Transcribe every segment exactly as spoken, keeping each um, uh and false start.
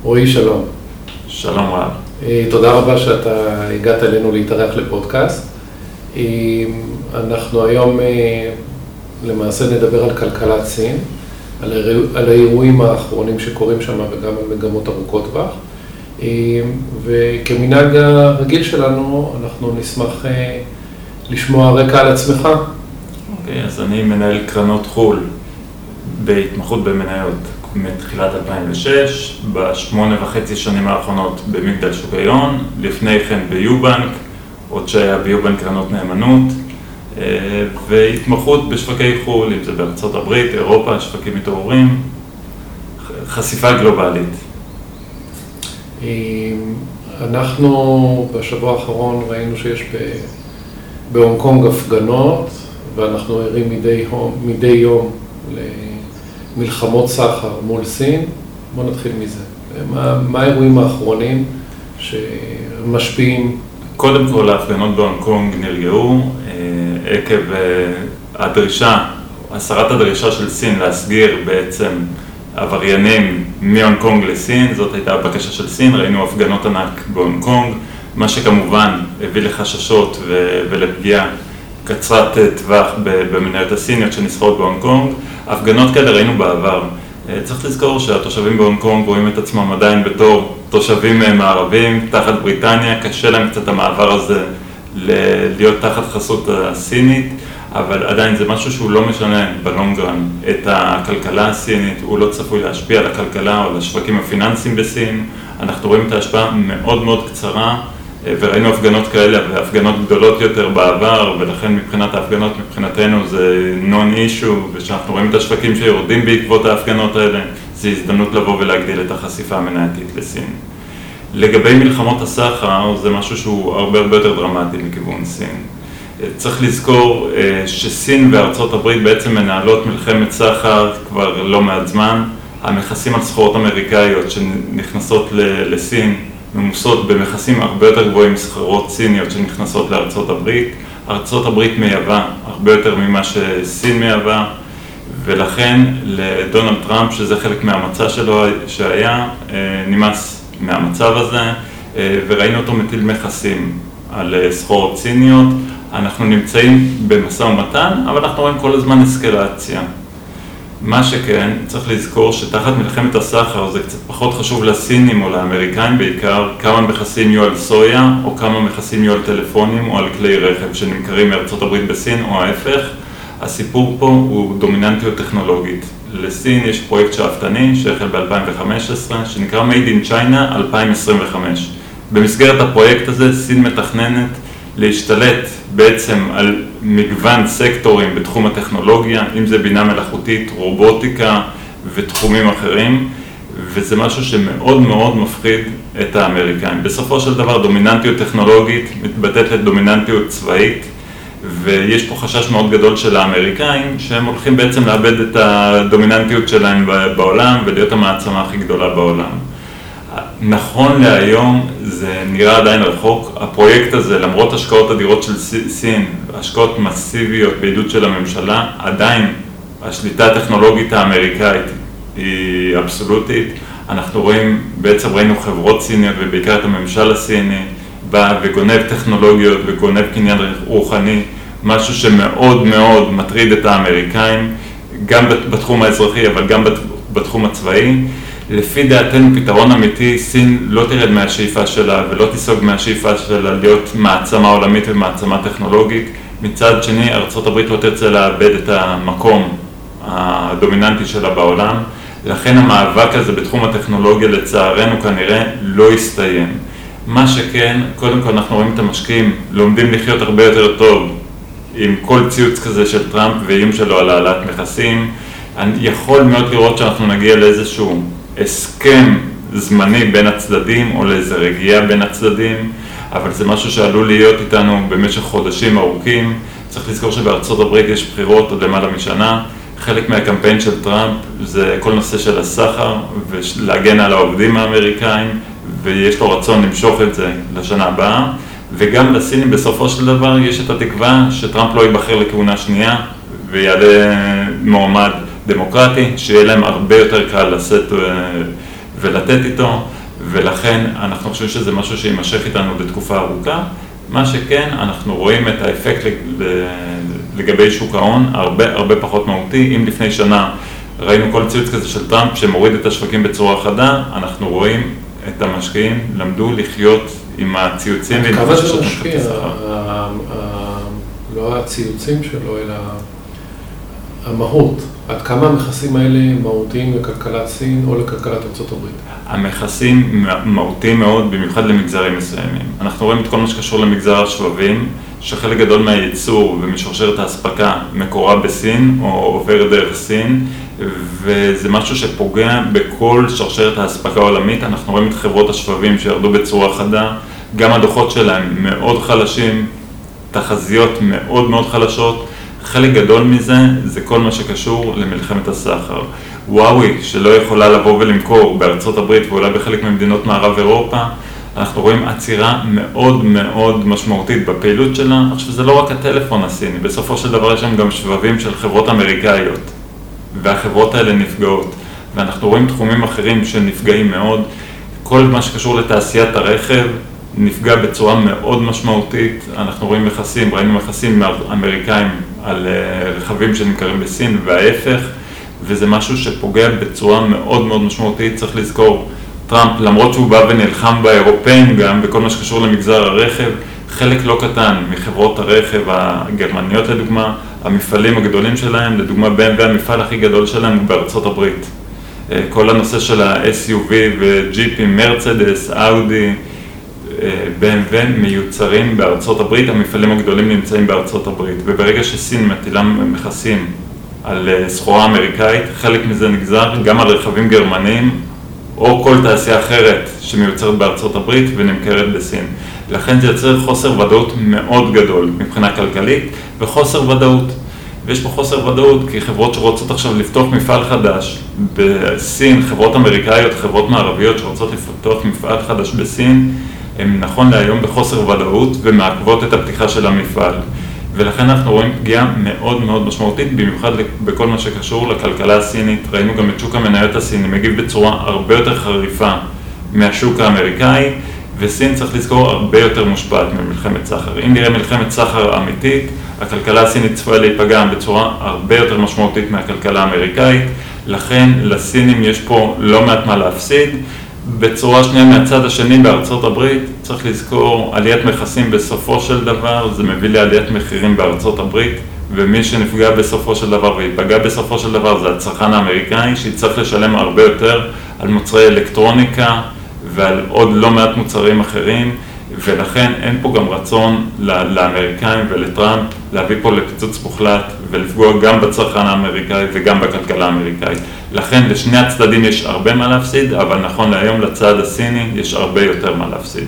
רועי, שלום. שלום רב. תודה רבה שאתה הגעת אלינו להתארח לפודקאסט. אנחנו היום למעשה נדבר על כלכלת סין, על האירועים האחרונים שקורים שם וגם על מגמות ארוכות טווח. וכמנהג הרגיל שלנו, אנחנו נשמח לשמוע רקע על עצמך. אוקיי, אז אני מנהל קרנות חו"ל בהתמחות במניות מתחילת אלפיים ושש, בשמונה וחצי שנים האחרונות במגדל שוק ההון, לפני כן ביובנק, עוד שהיה ביובנק קרנות נאמנות, והתמחות בשווקי חו"ל, אם זה בארצות הברית, אירופה, שווקים מתעוררים, חשיפה גלובלית. אנחנו בשבוע האחרון ראינו שיש בהונג קונג הפגנות, ואנחנו ערים מדי, מדי יום למלחמות סחר מול סין. בוא נתחיל מזה. מה, מה האירועים האחרונים שמשפיעים? קודם כל, ההפגנות בהונג קונג נרגעו עקב הדרישה, הסרת הדרישה של סין להסגיר בעצם עבריינים מהונג קונג לסין. זאת הייתה הבקשה של סין, ראינו הפגנות ענק בהונג קונג, מה שכמובן הביא לחששות ולפגיעה קצרת טווח במניות הסיניות שנסחרות בהונג קונג. הפגנות כאלה ראינו בעבר. צריך לזכור שהתושבים בהונג קונג רואים את עצמם עדיין בתור תושבים מערבים תחת בריטניה, קשה להם קצת המעבר הזה להיות תחת חסות הסינית, אבל עדיין זה משהו שהוא לא משנה בלונגרן את הכלכלה הסינית, הוא לא צפוי להשפיע על הכלכלה או על השווקים הפיננסיים בסין. אנחנו רואים את ההשפעה מאוד מאוד קצרה, וראינו הפגנות כאלה והפגנות גדולות יותר בעבר, ולכן מבחינת ההפגנות, מבחינתנו זה נון אישו, ושאנחנו רואים את השווקים שיורדים בעקבות ההפגנות האלה, זה הזדמנות לבוא ולהגדיל את החשיפה המנייתית לסין. לגבי מלחמות הסחר, זה משהו שהוא הרבה הרבה יותר דרמטי מכיוון סין. צריך לזכור שסין וארצות הברית בעצם מנהלות מלחמת סחר כבר לא מעט זמן. המכסים על סחורות אמריקאיות שנכנסות לסין ממוסות במכסים הרבה יותר גבוהים סחורות סיניות שנכנסות לארצות הברית. ארצות הברית מייבאה הרבה יותר ממה שסין מייבאה, ולכן לדונלד טראמפ, שזה חלק מהמצע שלו שהיה, נמאס מהמצב הזה, וראינו אותו מטיל מכסים על סחורות סיניות. אנחנו נמצאים במשא ומתן, אבל אנחנו רואים כל הזמן אסקלציה. מה שכן, צריך לזכור שתחת מלחמת הסחר זה קצת פחות חשוב לסינים או לאמריקאים בעיקר, כמה מכסים יהיו על סויה, או כמה מכסים יהיו על טלפונים או על כלי רכב שנמכרים מארצות הברית בסין, או ההפך. הסיפור פה הוא דומיננטיות טכנולוגית. לסין יש פרויקט שאפתני שהחל ב-אלפיים וחמש עשרה, שנקרא Made in China אלפיים עשרים וחמש. במסגרת הפרויקט הזה סין מתכננת להשתלט בעצם על מגוון סקטורים בתחום הטכנולוגיה, אם זה בינה מלאכותית, רובוטיקה ותחומים אחרים, וזה משהו שמאוד מאוד מפחיד את האמריקאים. בסופו של דבר דומיננטיות טכנולוגית מתבטאת לדומיננטיות צבאית, ויש פה חשש מאוד גדול של האמריקאים שהם הולכים בעצם לאבד את הדומיננטיות שלהם בעולם ולהיות המעצמה הכי גדולה בעולם. נכון להיום זה נראה עדיין רחוק. הפרויקט הזה, למרות השקעות אדירות של סין, השקעות מסיביות בעידוד של הממשלה, עדיין השליטה הטכנולוגית האמריקאית היא אבסולוטית. אנחנו רואים, בעצם ראינו חברות סיניות ובעיקר את הממשל הסיני בא וגונב טכנולוגיות וגונב קניין רוחני, משהו שמאוד מאוד מטריד את האמריקאים, גם בתחום האזרחי אבל גם בתחום הצבאי. לפי דעתנו פתרון אמיתי, סין לא תרד מהשאיפה שלה ולא תיסוג מהשאיפה שלה להיות מעצמה עולמית ומעצמה טכנולוגית. מצד שני, ארצות הברית לא תרצה לאבד את המקום הדומיננטי שלה בעולם, לכן המאבק הזה בתחום הטכנולוגיה לצערנו כנראה לא יסתיים. מה שכן, קודם כל אנחנו רואים את המשקיעים, לומדים לחיות הרבה יותר טוב עם כל ציוץ כזה של טראמפ ואיום שלו על העלאת מכסים. אני יכול מאוד לראות שאנחנו נגיע לאיזשהו הסכם זמני בין הצדדים או לאיזו רגיעה בין הצדדים, אבל זה משהו שעלול להיות איתנו במשך חודשים ארוכים. צריך לזכור שבארצות הברית יש בחירות עוד למעלה משנה. חלק מהקמפיין של טראמפ זה כל נושא של הסחר ולהגן על העובדים האמריקאים, ויש לו רצון למשוך את זה לשנה הבאה. וגם לסינים בסופו של דבר יש את התקווה שטראמפ לא ייבחר לכהונה שנייה ויעלה מועמד דמוקרטי, שיהיה להם הרבה יותר קל לשאת ולתת איתו, ולכן אנחנו חושבים שזה משהו שימשך איתנו לתקופה ארוכה. מה שכן, אנחנו רואים את האפקט לגבי שוק ההון הרבה הרבה פחות מהותי. אם לפני שנה ראינו כל ציוץ כזה של טראמפ שמוריד את השווקים בצורה חדה, אנחנו רואים את המשקיעים למדו לחיות עם הציוצים. כמה זה משפיע, לא הציוצים שלו, אלא המהות. עד כמה המכסים האלה מהותיים לכלכלת סין או לכלכלת ארצות הברית? המכסים מהותיים מאוד, במיוחד למגזרים מסוימים. אנחנו רואים את כל מה שקשור למגזר השבבים, שחלק גדול מהייצור ומשרשרת האספקה מקורה בסין או עובר דרך סין, וזה משהו שפוגע בכל שרשרת האספקה העולמית. אנחנו רואים את חברות השבבים שירדו בצורה חדה, גם הדוחות שלהם מאוד חלשים, תחזיות מאוד מאוד חלשות. חלק גדול מזה זה כל מה שקשור למלחמת הסחר. וואוי שלא יכולה לבוא ולמכור בארצות הברית ואולי בחלק ממדינות מערב אירופה, אנחנו רואים עצירה מאוד מאוד משמעותית בפעילות שלה. עכשיו זה לא רק הטלפון הסיני, בסופו של דבר יש שם גם שבבים של חברות אמריקאיות, והחברות האלה נפגעות, ואנחנו רואים תחומים אחרים שנפגעים מאוד. כל מה שקשור לתעשיית הרכב נפגע בצורה מאוד משמעותית. אנחנו רואים מכסים, ראינו מכסים אמריקאים על רכבים שנמכרים בסין וההפך, וזה משהו שפוגע בצורה מאוד מאוד משמעותית. צריך לזכור, טראמפ, למרות שהוא בא ונלחם באירופאים גם בכל מה שקשור למגזר הרכב, חלק לא קטן מחברות הרכב הגרמניות לדוגמה, המפעלים הגדולים שלהם, לדוגמה בי אם דאבליו, המפעל הכי גדול שלהם הוא בארצות הברית. כל הנושא של ה-אס יו וי וג'יפים, מרצדס, אאודי, בי אם דאבליו מיוצרים בארצות הברית, המפעלים הגדולים נמצאים בארצות הברית, וברגע שסין מטילה מכסים על סחורה אמריקאית, חלק מזה נגזר גם על רכבים גרמניים או כל תעשייה אחרת שמיוצרת בארצות הברית ונמכרת בסין. לכן זה יוצר חוסר ודאות מאוד גדול מבחינה כלכלית וחוסר ודאות. ויש פה חוסר ודאות כי חברות שרוצות עכשיו לפתוח מפעל חדש בסין, חברות אמריקאיות, חברות מערביות שרוצות לפתוח מפעל חדש בסין, הן נכון להיום בחוסר ודאות ומעכבות את הפתיחה של המפעל. ולכן אנחנו רואים פגיעה מאוד מאוד משמעותית, במיוחד בכל מה שקשור לכלכלה הסינית. ראינו גם את שוק המניות הסיני מגיב בצורה הרבה יותר חריפה מהשוק האמריקאי, וסין צריך לזכור הרבה יותר מושפעת ממלחמת סחר. אם נראה מלחמת סחר אמיתית, הכלכלה הסינית צפויה להיפגע בצורה הרבה יותר משמעותית מהכלכלה האמריקאית, לכן לסינים יש פה לא מעט מה להפסיד. בצורה שנייה מהצד השני בארצות הברית, צריך לזכור עליית מכסים בסופו של דבר, זה מביא לעליית מחירים בארצות הברית, ומי שנפגע בסופו של דבר ויפגע בסופו של דבר זה הצרכן האמריקאי, שיצטרך לשלם הרבה יותר על מוצרי אלקטרוניקה ועל עוד לא מעט מוצרים אחרים, ולכן אין פה גם רצון לאמריקאים ולטראמפ להביא פה לפיצוץ מוחלט ולפגוע גם בצרכן האמריקאי וגם בכלכלה האמריקאית. לכן לשני הצדדים יש הרבה מה להפסיד, אבל נכון להיום לצד הסיני יש הרבה יותר מה להפסיד.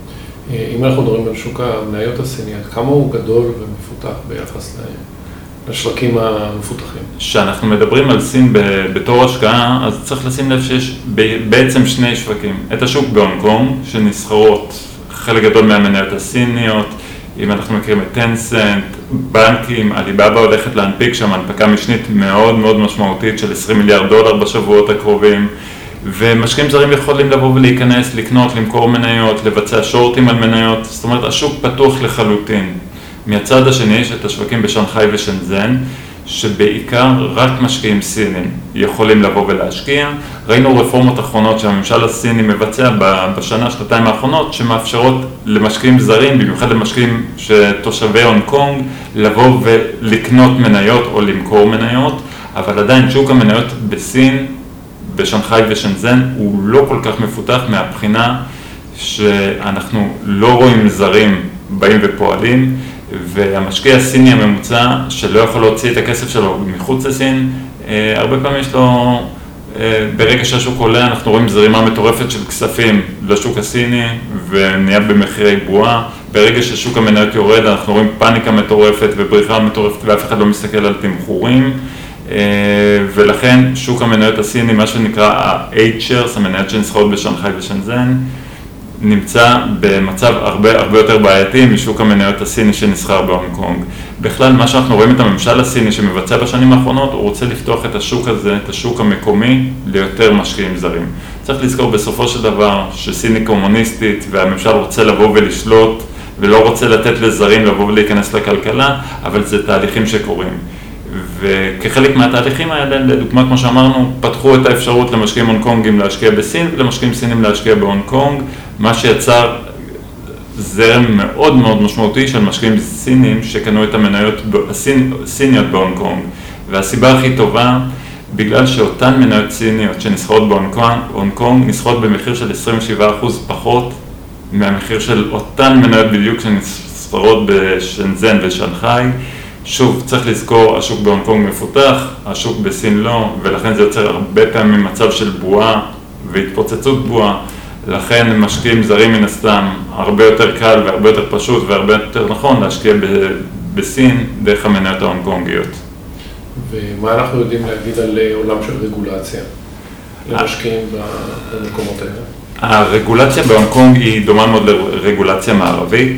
אם אנחנו מדברים על שוק המניות הסיני, כמה הוא גדול ומפותח ביחס לשווקים המפותחים? כשאנחנו מדברים על סין בתור השקעה, אז צריך לשים לב שיש בעצם שני שווקים. את השוק בהונג קונג, שנסחרות חלק גדול מהמניות הסיניות, אם אנחנו מכירים את טנסנט, בנקים, עליבאבא הולכת להנפיק שם הנפקה משנית מאוד מאוד משמעותית של עשרים מיליארד דולר בשבועות הקרובים, ומשקיעים זרים יכולים לבוא ולהיכנס, לקנות, למכור מניות, לבצע שורטים על מניות, זאת אומרת השוק פתוח לחלוטין. מהצד השני יש את השווקים בשנגחאי ושנזן, שבעיקר רק משקיעים סינים יכולים לבוא ולהשקיע. ראינו רפורמות אחרונות שהממשל הסיני מבצע בשנה, שנתיים האחרונות, שמאפשרות למשקיעים זרים, במיוחד למשקיעים שתושבי הונג קונג, לבוא ולקנות מניות או למכור מניות, אבל עדיין שוק המניות בסין, בשנגחאי ושנזן, הוא לא כל כך מפותח מהבחינה שאנחנו לא רואים זרים באים ופועלים, והמשקיע הסיני הממוצע שלא יכול להוציא את הכסף שלו מחוץ לסין, הרבה פעמים יש לו, ברגע שהשוק עולה אנחנו רואים זרימה מטורפת של כספים לשוק הסיני ונהיה במחירי בועה. ברגע ששוק המניות יורד אנחנו רואים פאניקה מטורפת ובריחה מטורפת ואף אחד לא מסתכל על תמחורים, ולכן שוק המניות הסיני, מה שנקרא ה-H-Shares, המניות שנסחרות בשנגחאי ושנזן, נמצא במצב הרבה הרבה יותר בעייתי משוק המניות הסיני שנסחר בהונג קונג. בכלל, מה שאנחנו רואים את הממשל הסיני שמבצע בשנים האחרונות, הוא רוצה לפתוח את השוק הזה, את השוק המקומי, ליותר משקיעים זרים. צריך לזכור בסופו של דבר שסין היא קומוניסטית והממשל רוצה לבוא ולשלוט ולא רוצה לתת לזרים לבוא ולהיכנס לכלכלה, אבל זה תהליכים שקורים. וכחלק מהתהליכים האלה, לדוגמה, כמו שאמרנו, פתחו את האפשרות למשקיעים הונג קונגים להשקיע בסין ולמשקיעים סינים להשקיע בהונג קונג, מה שיצר זרם מאוד מאוד משמעותי של משקיעים סינים שקנו את המניות הסיניות בהונג קונג. והסיבה הכי טובה, בגלל שאותן מניות סיניות שנסחרות בהונג קונג, נסחרות במחיר של עשרים ושבעה אחוז פחות מהמחיר של אותן מניות בדיוק שנסחרות בשנזן ושנגחאי. שוב, צריך לזכור, השוק בהונג קונג מפותח, השוק בסין לא, ולכן זה יוצר הרבה פעמים מצב של בועה והתפוצצות בועה. לכן משקיעים זרים מן הסתם הרבה יותר קל והרבה יותר פשוט והרבה יותר נכון להשקיע ב- בסין דרך המניות ההונג קונגיות. ומה אנחנו יודעים להגיד על עולם של רגולציה למשקיעים במקומות האלה? הרגולציה בהונג קונג היא דומה מאוד לרגולציה מערבית,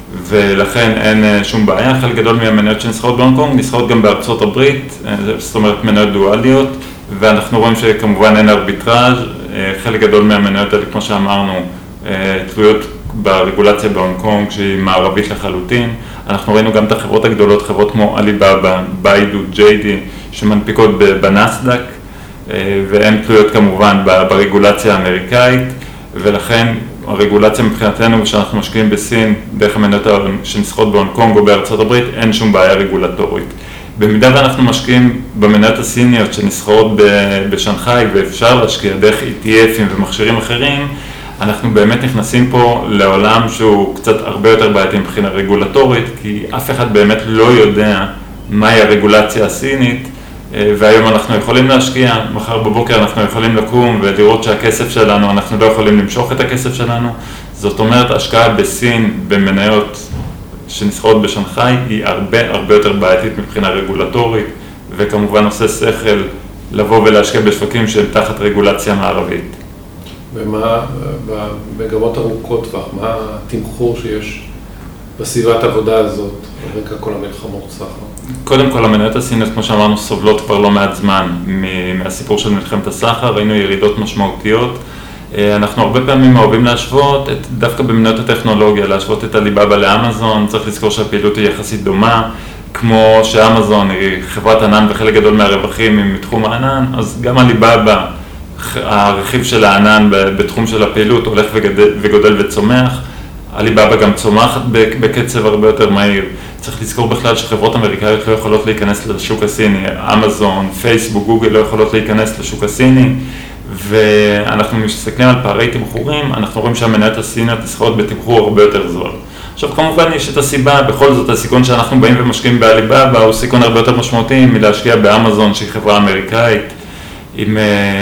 ולכן אין שום בעיה. חלק גדול מהמניות שנסחרות בהונג קונג נסחרות גם בארצות הברית, זאת אומרת מניות דואליות, ואנחנו רואים שכמובן אין ארביטראז'. חלק גדול מהמניות האלה, כמו שאמרנו, תלויות ברגולציה בהונג קונג שהיא מערבית לחלוטין. אנחנו ראינו גם את החברות הגדולות, חברות כמו עליבאבא, ביידו, ג'יי די, שמנפיקות בנסדק, והן תלויות כמובן ברגולציה האמריקאית, ולכן הרגולציה מבחינתנו, כשאנחנו משקיעים בסין, דרך המניות שנסחרות בהונג קונג או בארצות הברית, אין שום בעיה רגולטורית. במידה ואנחנו משקיעים במניות הסיניות שנסחרות בשנגחאי ואפשר להשקיע דרך אי טי אפים ומכשירים אחרים, אנחנו באמת נכנסים פה לעולם שהוא קצת הרבה יותר בעייתי מבחינה רגולטורית, כי אף אחד באמת לא יודע מהי הרגולציה הסינית, והיום אנחנו יכולים להשקיע, מחר בבוקר אנחנו יכולים לקום ולראות שהכסף שלנו, אנחנו לא יכולים למשוך את הכסף שלנו. זאת אומרת, השקעה בסין במניות שנסחרות בשנגחאי היא הרבה הרבה יותר בעייתית מבחינה רגולטורית, וכמובן עושה שכל לבוא ולהשקיע בשווקים שהם תחת רגולציה מערבית. ומה, במגמות ארוכות טווח, מה התמחור שיש בסביבת העבודה הזאת, על רקע כל המלחמות סחר? קודם כל, המניות הסיניות, כמו שאמרנו, סובלות כבר לא מעט זמן מהסיפור של מלחמת הסחר, ראינו ירידות משמעותיות. אנחנו הרבה פעמים אוהבים להשוות, את, דווקא במניות הטכנולוגיה, להשוות את עליבאבא לאמזון. צריך לזכור שהפעילות היא יחסית דומה, כמו שאמזון היא חברת ענן וחלק גדול מהרווחים הם מתחום הענן, אז גם עליבאבא, הרכיב של הענן בתחום של הפעילות הולך וגדל, וגודל וצומח. עליבאבא גם צומחת בקצב הרבה יותר מהיר. צריך לזכור בכלל שחברות אמריקאיות לא יכולות להיכנס לשוק הסיני, אמזון, פייסבוק, גוגל לא יכולות להיכנס לשוק הסיני, ואנחנו מסתכלים על פערי תמחורים, אנחנו רואים שהמניות הסיניות נסחרות בתמחור הרבה יותר זול. עכשיו כמובן יש את הסיבה, בכל זאת הסיכון שאנחנו באים ומשקיעים בעליבאבא הוא סיכון הרבה יותר משמעותי מלהשקיע באמזון שהיא חברה אמריקאית עם,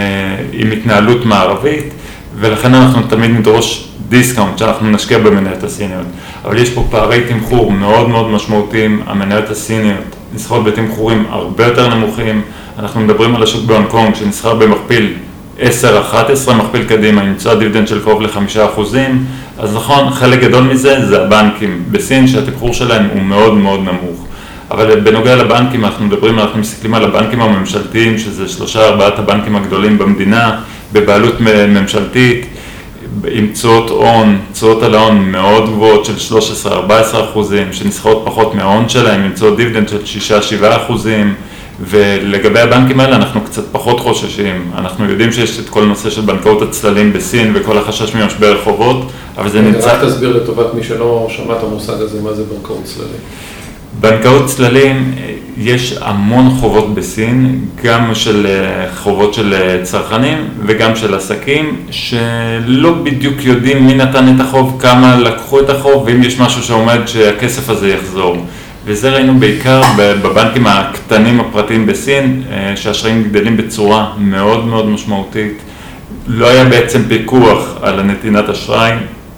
עם התנהלות מערבית, ולכן אנחנו תמיד נדרוש דיסקאונט שאנחנו נשקיע במניות הסיניות. אבל יש פה פערי תמחור מאוד מאוד משמעותיים, המניות הסיניות נסחרות בתמחורים הרבה יותר נמוכים. אנחנו מדברים על השוק בהונג קונג שנסחר במכפיל עשר אחת עשרה, מכפיל קדימה, נמצא דיבידנד של קרוב לחמישה אחוזים. אז נכון, חלק גדול מזה זה הבנקים בסין שהתמחור שלהם הוא מאוד מאוד נמוך. אבל בנוגע לבנקים אנחנו מדברים, אנחנו מסתכלים על הבנקים הממשלתיים, שזה שלושה ארבעת הבנקים הגדולים במדינה, בבעלות ממשלתית, עם תשואות הון, תשואות על ההון מאוד גבוהות של שלושה עשר ארבעה עשר אחוזים, שנסחרות פחות מההון שלהם, עם תשואות דיבידנד של שישה שבעה אחוזים, ולגבי הבנקים האלה אנחנו קצת פחות חוששים. אנחנו יודעים שיש את כל הנושא של בנקאות הצללים בסין וכל החשש ממשבר חובות, אבל זה נמצא... רק תסביר לטובת מי שלא שמע את המושג הזה, מה זה בנקאות צללים? בנקאות צללים, יש המון חובות בסין, גם של חובות של צרכנים וגם של עסקים, שלא בדיוק יודעים מי נתן את החוב, כמה לקחו את החוב, ואם יש משהו שעומד שהכסף הזה יחזור. וזה ראינו בעיקר בבנקים הקטנים הפרטיים בסין, שהאשראים גדלים בצורה מאוד מאוד משמעותית. לא היה בעצם פיקוח על הנתינת אשראי,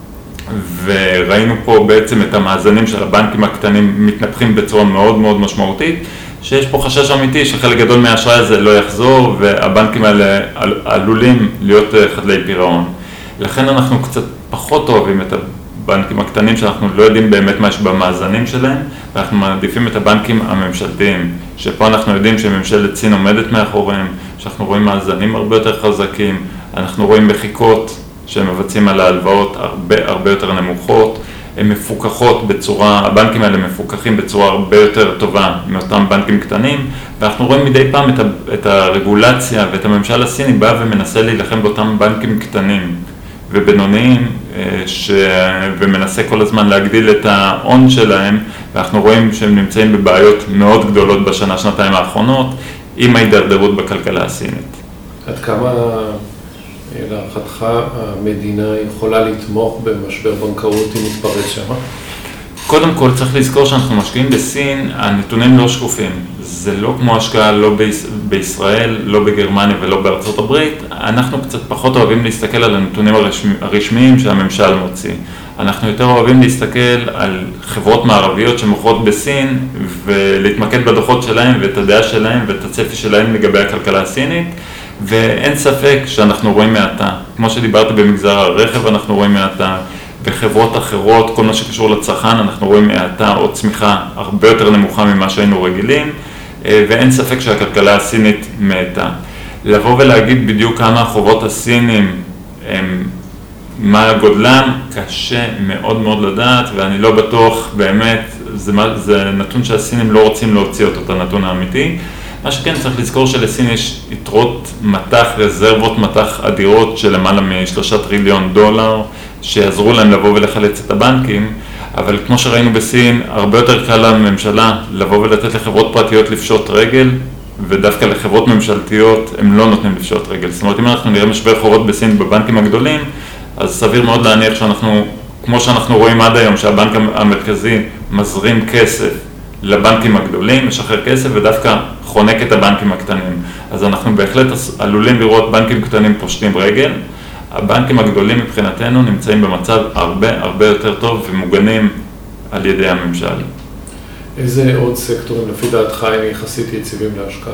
וראינו פה בעצם את המאזנים של הבנקים הקטנים מתנפחים בצורה מאוד מאוד משמעותית, שיש פה חשש אמיתי שחלק גדול מהאשראי הזה לא יחזור, והבנקים האלה עלולים להיות חדלי פירעון. לכן אנחנו קצת פחות אוהבים את הבנקים הקטנים, שאנחנו לא יודעים באמת מה יש במאזנים שלהם, ואנחנו מעדיפים את הבנקים הממשלתיים, שפה אנחנו יודעים שממשלת סין עומדת מאחוריהם, שאנחנו רואים מאזנים הרבה יותר חזקים, אנחנו רואים מחיקות שהם מבצעים על ההלוואות הרבה הרבה יותר נמוכות, הן מפוקחות בצורה, הבנקים האלה מפוקחים בצורה הרבה יותר טובה מאותם בנקים קטנים, ואנחנו רואים מדי פעם את, ה, את הרגולציה ואת הממשל הסיני בא ומנסה להילחם באותם בנקים קטנים ובינוניים, ש... ומנסה כל הזמן להגדיל את ההון שלהם, ואנחנו רואים שהם נמצאים בבעיות מאוד גדולות בשנה, שנתיים האחרונות, עם ההידרדרות בכלכלה הסינית. עד כמה להערכתך המדינה יכולה לתמוך במשבר בנקאות אם מתפרץ שם? קודם כל צריך לזכור שאנחנו משקיעים בסין, הנתונים לא שקופים. זה לא כמו השקעה לא ביש... בישראל, לא בגרמניה ולא בארצות הברית. אנחנו קצת פחות אוהבים להסתכל על הנתונים הרשמי... הרשמיים שהממשל מוציא. אנחנו יותר אוהבים להסתכל על חברות מערביות שמוכרות בסין ולהתמקד בדוחות שלהם ואת הדעה שלהם ואת הצפי שלהם לגבי הכלכלה הסינית. ואין ספק שאנחנו רואים מעטה. כמו שדיברתי במגזר הרכב, אנחנו רואים מעטה. בחברות אחרות, כל מה שקשור לצרכן, אנחנו רואים מעטה או צמיחה הרבה יותר נמוכה ממה שהיינו רגילים, ואין ספק שהכלכלה הסינית מעטה. לבוא ולהגיד בדיוק כמה החובות הסינים הם, מה גודלם, קשה מאוד מאוד לדעת, ואני לא בטוח באמת, זה, זה נתון שהסינים לא רוצים להוציא אותו, את הנתון האמיתי. מה שכן צריך לזכור שלסין יש יתרות מטח, רזרבות מטח אדירות של למעלה משלושה טריליון דולר, שיעזרו להם לבוא ולחלץ את הבנקים, אבל כמו שראינו בסין, הרבה יותר קל לממשלה לבוא ולתת לחברות פרטיות לפשוט רגל, ודווקא לחברות ממשלתיות הם לא נותנים לפשוט רגל. זאת אומרת, אם אנחנו נראה משבר חובות בסין בבנקים הגדולים, אז סביר מאוד להניח שאנחנו, כמו שאנחנו רואים עד היום, שהבנק המרכזי מזרים כסף לבנקים הגדולים, משחרר כסף ודווקא חונק את הבנקים הקטנים. אז אנחנו בהחלט עלולים לראות בנקים קטנים פושטים רגל. הבנקים הגדולים מבחינתנו נמצאים במצב הרבה הרבה יותר טוב ומוגנים על ידי הממשל. איזה עוד סקטורים לפי דעתך הם יחסית יציבים להשקעה?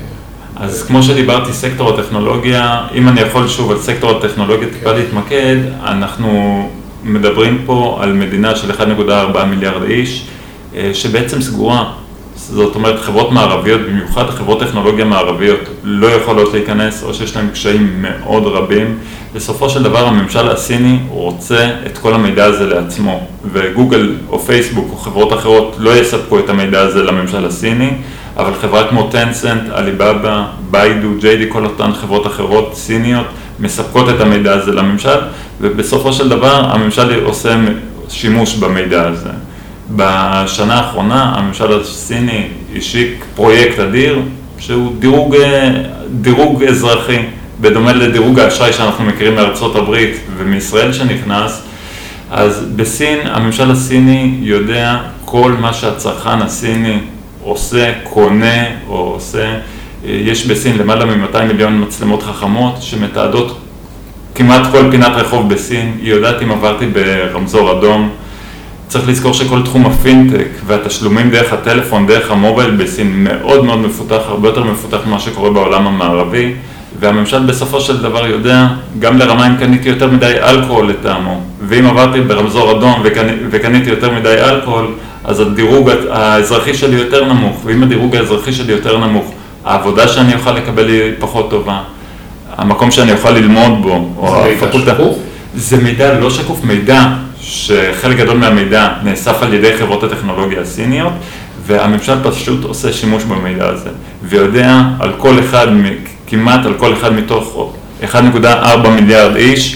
אז כמו שדיברתי, סקטור הטכנולוגיה, אם אני יכול שוב על סקטור הטכנולוגיה טיפה להתמקד, אנחנו מדברים פה על מדינה של אחד נקודה ארבע מיליארד איש, שבעצם סגורה. זאת אומרת, חברות מערביות, במיוחד חברות טכנולוגיה מערביות, לא יכולות להיכנס או שיש להן קשיים מאוד רבים. בסופו של דבר, הממשל הסיני רוצה את כל המידע הזה לעצמו, וגוגל או פייסבוק או חברות אחרות לא יספקו את המידע הזה לממשל הסיני, אבל חברה כמו טנסנט, עליבאבא, ביידו, ג'יי די, כל אותן חברות אחרות סיניות, מספקות את המידע הזה לממשל, ובסופו של דבר, הממשל עושה שימוש במידע הזה. בשנה האחרונה הממשל הסיני השיק פרויקט אדיר שהוא דירוג, דירוג אזרחי, בדומה לדירוג האשראי שאנחנו מכירים מארצות הברית ומישראל שנכנס. אז בסין הממשל הסיני יודע כל מה שהצרכן הסיני עושה, קונה או עושה. יש בסין למעלה מ-מאתיים מיליון מצלמות חכמות שמתעדות כמעט כל פינת רחוב בסין. היא יודעת אם עברתי ברמזור אדום. צריך לזכור שכל תחום הפינטק והתשלומים דרך הטלפון, דרך המובייל בסין מאוד מאוד מפותח, הרבה יותר מפותח ממה שקורה בעולם המערבי, והממשל בסופו של דבר יודע גם לרמה אם קניתי יותר מדי אלכוהול לטעמו, ואם עברתי ברמזור אדום וקני, וקניתי יותר מדי אלכוהול, אז הדירוג האזרחי שלי יותר נמוך, ואם הדירוג האזרחי שלי יותר נמוך, העבודה שאני אוכל לקבל היא פחות טובה, המקום שאני אוכל ללמוד בו, או הפקולטה. זה מידע לא שקוף, מידע שחלק גדול מהמידע נאסף על ידי חברות הטכנולוגיה הסיניות, והממשל פשוט עושה שימוש במידע הזה, ויודע על כל אחד, כמעט על כל אחד מתוך אחד נקודה ארבע מיליארד איש,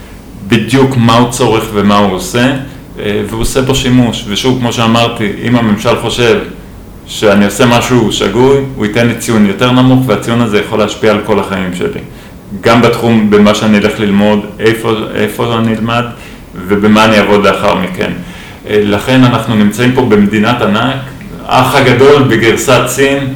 בדיוק מה הוא צורך ומה הוא עושה, והוא עושה בו שימוש. ושוב, כמו שאמרתי, אם הממשל חושב שאני עושה משהו שגוי, הוא ייתן לי ציון יותר נמוך, והציון הזה יכול להשפיע על כל החיים שלי. גם בתחום, במה שאני אלך ללמוד, איפה, איפה אני אלמד, ובמה אני אעבוד לאחר מכן. לכן אנחנו נמצאים פה במדינת ענק, האח הגדול בגרסת סין,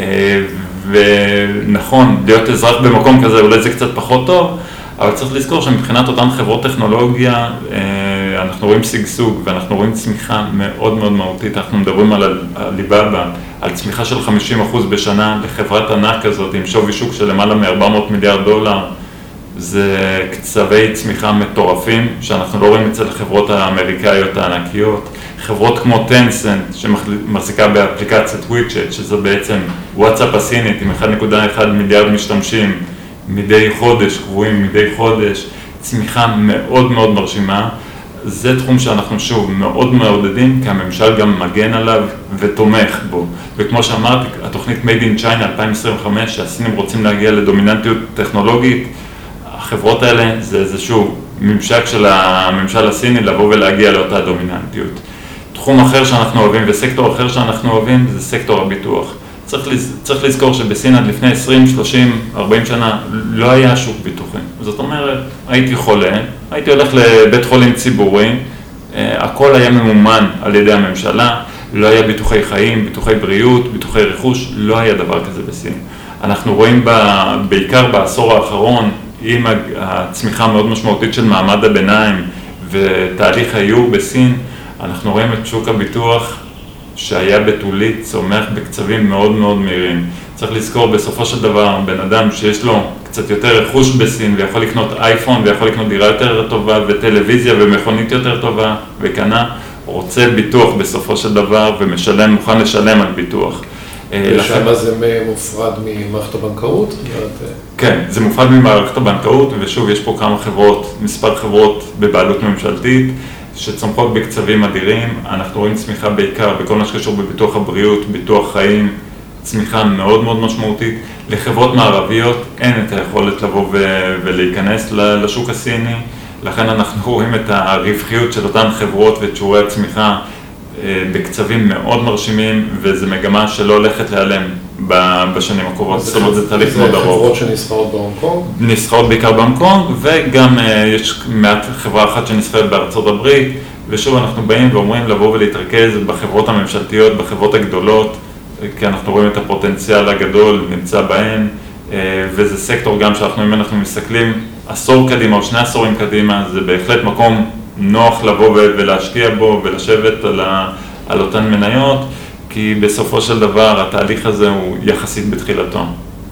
ונכון, להיות אזרח במקום כזה אולי זה קצת פחות טוב, אבל צריך לזכור שמבחינת אותן חברות טכנולוגיה, אנחנו רואים סגסוג ואנחנו רואים צמיחה מאוד מאוד מהותית. אנחנו מדברים על עליבאבא, על צמיחה של חמישים אחוז בשנה לחברת ענק כזאת, עם שווי שוק של למעלה מ-ארבע מאות מיליארד דולר. זה קצבי צמיחה מטורפים, שאנחנו לא רואים אצל החברות האמריקאיות הענקיות. חברות כמו Tencent, שמחזיקה באפליקציית WeChat, שזה בעצם וואטסאפ הסינית, עם אחד נקודה אחד מיליארד משתמשים מדי חודש, קבועים מדי חודש, צמיחה מאוד מאוד מרשימה. זה תחום שאנחנו שוב מאוד מעודדים, כי הממשל גם מגן עליו ותומך בו. וכמו שאמרתי, התוכנית Made in China אלפיים עשרים וחמש, שהסינים רוצים להגיע לדומיננטיות טכנולוגית, החברות האלה זה איזשהו ממשק של הממשל הסיני לבוא ולהגיע לאותה דומיננטיות. תחום אחר שאנחנו אוהבים וסקטור אחר שאנחנו אוהבים זה סקטור הביטוח. צריך, צריך לזכור שבסין עד לפני עשרים, שלושים, ארבעים שנה לא היה שוק ביטוחי. זאת אומרת, הייתי חולה, הייתי הולך לבית חולים ציבורי, הכל היה ממומן על ידי הממשלה, לא היה ביטוחי חיים, ביטוחי בריאות, ביטוחי רכוש, לא היה דבר כזה בסין. אנחנו רואים ב, בעיקר בעשור האחרון, עם הצמיחה המאוד משמעותית של מעמד הביניים ותהליך האיור בסין, אנחנו רואים את שוק הביטוח שהיה בתולית, צומח בקצבים מאוד מאוד מהירים. צריך לזכור בסופו של דבר, בן אדם שיש לו קצת יותר רכוש בסין ויכול לקנות אייפון ויכול לקנות דירה יותר טובה וטלוויזיה ומכונית יותר טובה וקנה, רוצה ביטוח בסופו של דבר ומשלם, מוכן לשלם על ביטוח. ושם זה מופרד ממערכת הבנקאות? כן, זה מופרד ממערכת הבנקאות, ושוב יש פה כמה חברות, מספר חברות בבעלות ממשלתית, שצומחות בקצבים אדירים. אנחנו רואים צמיחה בעיקר בכל מה שקשור בביטוח הבריאות, ביטוח חיים, צמיחה מאוד מאוד משמעותית. לחברות מערביות אין את היכולת לבוא ולהיכנס לשוק הסיני, לכן אנחנו רואים את הרווחיות של אותן חברות ואת שיעורי הצמיחה בקצבים מאוד מרשימים, וזו מגמה שלא הולכת להיעלם בשנים הקרובות. זאת אומרת, זה תהליך מאוד ארוך. זה חברות שנסחרות בהונג קונג? נסחרות בעיקר בהונג קונג, וגם יש מעט חברה אחת שנסחרת בארצות הברית, ושוב אנחנו באים ואומרים לבוא ולהתרכז בחברות הממשלתיות, בחברות הגדולות, כי אנחנו רואים את הפוטנציאל הגדול נמצא בהן, וזה סקטור גם שאנחנו, אם אנחנו מסתכלים עשור קדימה או שני עשורים קדימה, זה בהחלט מקום נוח לבוא ולהשקיע בו ולשבת על, ה, על אותן מניות, כי בסופו של דבר התהליך הזה הוא יחסית בתחילתו.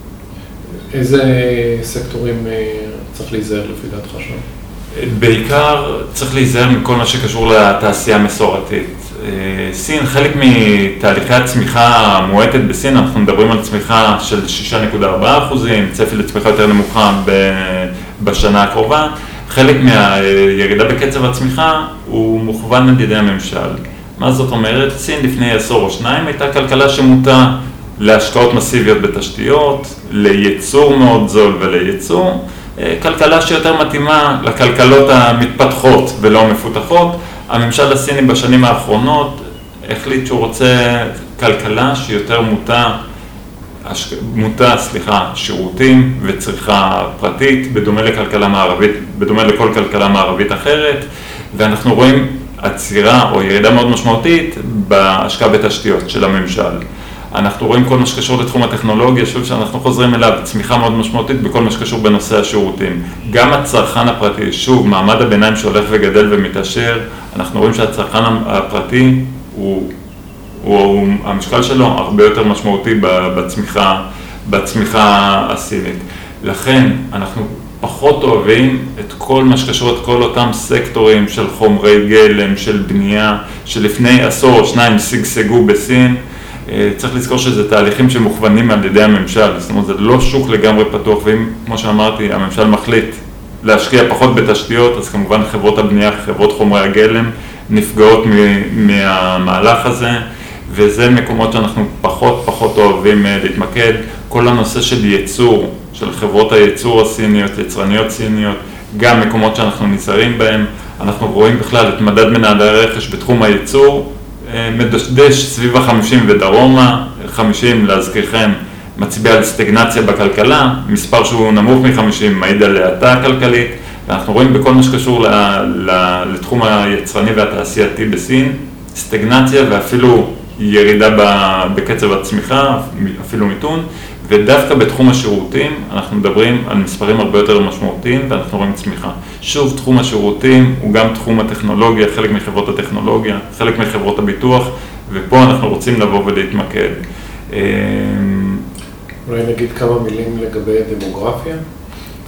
איזה סקטורים צריך להיזהר לפי דעתך שם? בעיקר צריך להיזהר מכל מה שקשור לתעשייה המסורתית. סין, חלק מתהליכי הצמיחה המועטת בסין, אנחנו מדברים על צמיחה של שישה נקודה ארבעה אחוזים, צפי לצמיחה יותר נמוכה בשנה הקרובה. חלק מהירידה בקצב הצמיחה הוא מוכוון על ידי הממשל. מה זאת אומרת? סין לפני עשור או שניים הייתה כלכלה שמוטה להשקעות מסיביות בתשתיות, לייצור מאוד זול ולייצור, כלכלה שיותר מתאימה לכלכלות המתפתחות ולא המפותחות. הממשל הסיני בשנים האחרונות החליט שהוא רוצה כלכלה שיותר מוטה, מוטה, סליחה, שירותים וצריכה פרטית, בדומה לכלכלה מערבית, בדומה לכל כלכלה מערבית אחרת, ואנחנו רואים עצירה או ירידה מאוד משמעותית בהשקעה בתשתיות של הממשל. אנחנו רואים כל מה שקשור לתחום הטכנולוגיה, שוב שאנחנו חוזרים אליו, צמיחה מאוד משמעותית בכל מה שקשור בנושא השירותים. גם הצרכן הפרטי, שוב, מעמד הביניים שהולך וגדל ומתעשר, אנחנו רואים שהצרכן הפרטי הוא, הוא, המשקל שלו הרבה יותר משמעותי בצמיחה, בצמיחה הסינית. לכן אנחנו פחות אוהבים את כל מה שקשור, את כל אותם סקטורים של חומרי גלם, של בנייה, שלפני עשור או שניים סגסגו בסין. צריך לזכור שזה תהליכים שמוכוונים על ידי הממשל, זאת אומרת, זה לא שוק לגמרי פתוח, ואם, כמו שאמרתי, הממשל מחליט להשקיע פחות בתשתיות, אז כמובן חברות הבנייה, חברות חומרי הגלם, נפגעות מהמהלך הזה, וזה מקומות שאנחנו פחות פחות אוהבים להתמקד. כל הנושא של ייצור, של חברות הייצור הסיניות, יצרניות סיניות, גם מקומות שאנחנו נזהרים בהם. אנחנו רואים בכלל את מדד מנהלי הרכש בתחום הייצור, מדשדש סביב ה-חמישים ודרומה, חמישים להזכירכם מצביע על סטגנציה בכלכלה, מספר שהוא נמוך מ-חמישים מעיד על האטה כלכלית, ואנחנו רואים בכל מה שקשור ל- ל- לתחום היצרני והתעשייתי בסין, סטגנציה ואפילו ירידה בקצב הצמיחה, אפילו מיתון, ודווקא בתחום השירותים אנחנו מדברים על מספרים הרבה יותר משמעותיים ואנחנו רואים צמיחה. שוב, תחום השירותים הוא גם תחום הטכנולוגיה, חלק מחברות הטכנולוגיה, חלק מחברות הביטוח, ופה אנחנו רוצים לבוא ולהתמקד. אולי נגיד כמה מילים לגבי דמוגרפיה?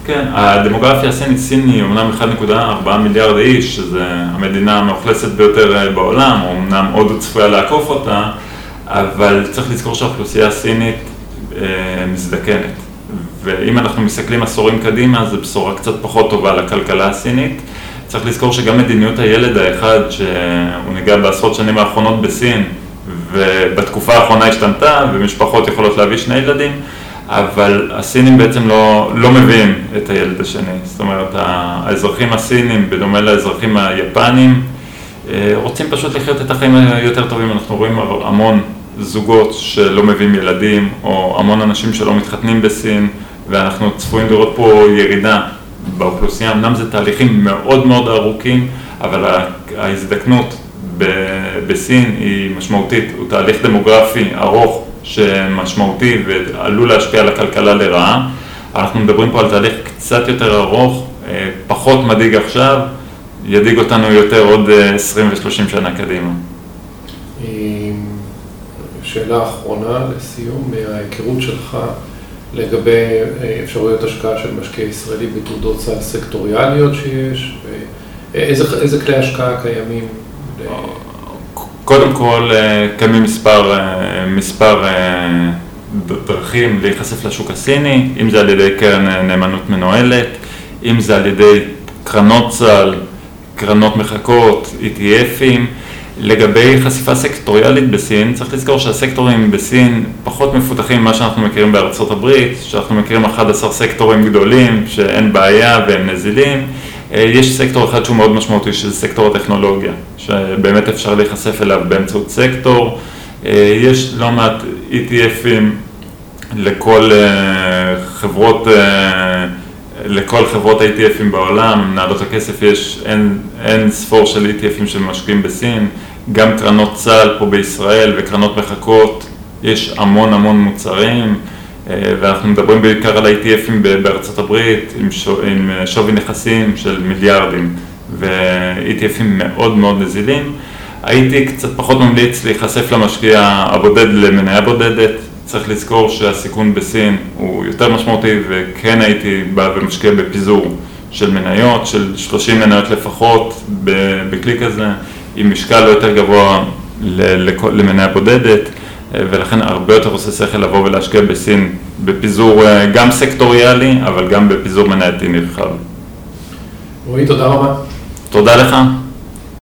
כן, הדמוגרפיה הסינית, סין היא אמנם אחד נקודה ארבע מיליארד איש, שזה המדינה המאוכלסת ביותר בעולם, או אמנם עוד צפויה לעקוף אותה, אבל צריך לזכור שהאוכלוסייה הסינית אה, מזדקנת. ואם אנחנו מסתכלים עשורים קדימה, זו בשורה קצת פחות טובה לכלכלה הסינית. צריך לזכור שגם מדיניות הילד האחד, שהוא ניגע בעשרות שנים האחרונות בסין, ובתקופה האחרונה השתנתה, ומשפחות יכולות להביא שני ילדים, אבל הסינים בעצם לא, לא מביאים את הילד השני. זאת אומרת, האזרחים הסינים, בדומה לאזרחים היפנים, רוצים פשוט לחיות את החיים היותר טובים. אנחנו רואים המון זוגות שלא מביאים ילדים, או המון אנשים שלא מתחתנים בסין, ואנחנו צפויים לראות פה ירידה באוכלוסייה. אמנם זה תהליכים מאוד מאוד ארוכים, אבל ההזדקנות בסין היא משמעותית, הוא תהליך דמוגרפי ארוך שמשמעותי ועלול להשפיע על הכלכלה לרעה. אנחנו מדברים פה על תהליך קצת יותר ארוך, פחות מדאיג עכשיו, ידיג אותנו יותר עוד עשרים ושלושים שנה קדימה. שאלה אחרונה לסיום, מההיכרות שלך לגבי אפשרויות השקעה של משקיע ישראלי בתעודות סל סקטוריאליות שיש, ואיזה איזה כלי השקעה קיימים? קודם כל, קיימים מספר, מספר דרכים להיחשף לשוק הסיני, אם זה על ידי קרן נאמנות מנוהלת, אם זה על ידי קרנות סל, קרנות מחקות, אי טי אפים. לגבי חשיפה סקטוריאלית בסין, צריך לזכור שהסקטורים בסין פחות מפותחים ממה שאנחנו מכירים בארצות הברית, שאנחנו מכירים אחד עשר סקטורים גדולים שאין בעיה והם נזילים. יש סקטור אחד שהוא מאוד משמעותי, שזה סקטור הטכנולוגיה, שבאמת אפשר להיחשף אליו באמצעות סקטור. יש לא מעט אי טי אפים לכל חברות, לכל חברות ה-אי טי אפים בעולם, מנהלות הכסף יש אין, אין ספור של אי טי אפים שמשקיעים בסין, גם קרנות צל פה בישראל וקרנות מחקות, יש המון המון מוצרים, ואנחנו מדברים בעיקר על ה-אי טי אפים בארצות הברית, עם, שו, עם שווי נכסים של מיליארדים, ו-אי טי אפים מאוד מאוד נזילים. הייתי קצת פחות ממליץ להיחשף למשקיע הבודד למניה בודדת, צריך לזכור שהסיכון בסין הוא יותר משמעותי, וכן הייתי בא ומשקיע בפיזור של מניות, של שלושים מניות לפחות, בכלי כזה, עם משקל לא יותר גבוה למניה בודדת, ולכן הרבה יותר עושה שכל לבוא ולהשקיע בסין בפיזור גם סקטוריאלי, אבל גם בפיזור מנייתי נרחב. רועי, תודה רבה. תודה לך.